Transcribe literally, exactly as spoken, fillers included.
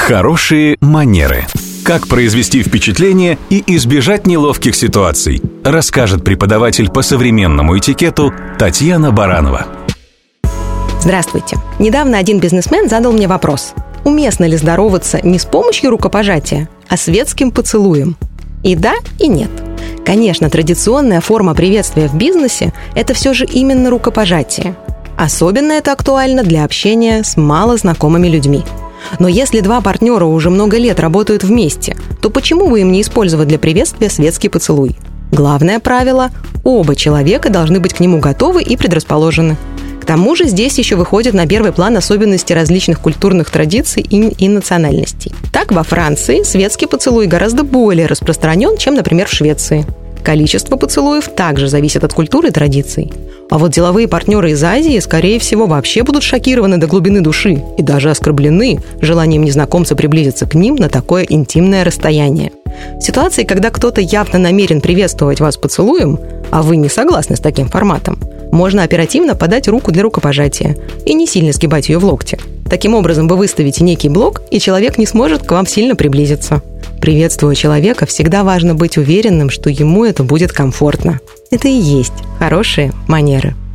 Хорошие манеры. Как произвести впечатление и избежать неловких ситуаций, расскажет преподаватель по современному этикету Татьяна Баранова. Здравствуйте. Недавно один бизнесмен задал мне вопрос: уместно ли здороваться не с помощью рукопожатия, а светским поцелуем? И да, и нет. Конечно, традиционная форма приветствия в бизнесе – это все же именно рукопожатие. Особенно это актуально для общения с малознакомыми людьми. Но если два партнера уже много лет работают вместе, то почему бы им не использовать для приветствия светский поцелуй? Главное правило – оба человека должны быть к нему готовы и предрасположены. К тому же здесь еще выходят на первый план особенности различных культурных традиций и, и национальностей. Так, во Франции светский поцелуй гораздо более распространен, чем, например, в Швеции. Количество поцелуев также зависит от культуры и традиций. А вот деловые партнеры из Азии, скорее всего, вообще будут шокированы до глубины души и даже оскорблены желанием незнакомца приблизиться к ним на такое интимное расстояние. В ситуации, когда кто-то явно намерен приветствовать вас поцелуем, а вы не согласны с таким форматом, можно оперативно подать руку для рукопожатия и не сильно сгибать ее в локте. Таким образом, вы выставите некий блок, и человек не сможет к вам сильно приблизиться. Приветствуя человека, всегда важно быть уверенным, что ему это будет комфортно. Это и есть хорошие манеры.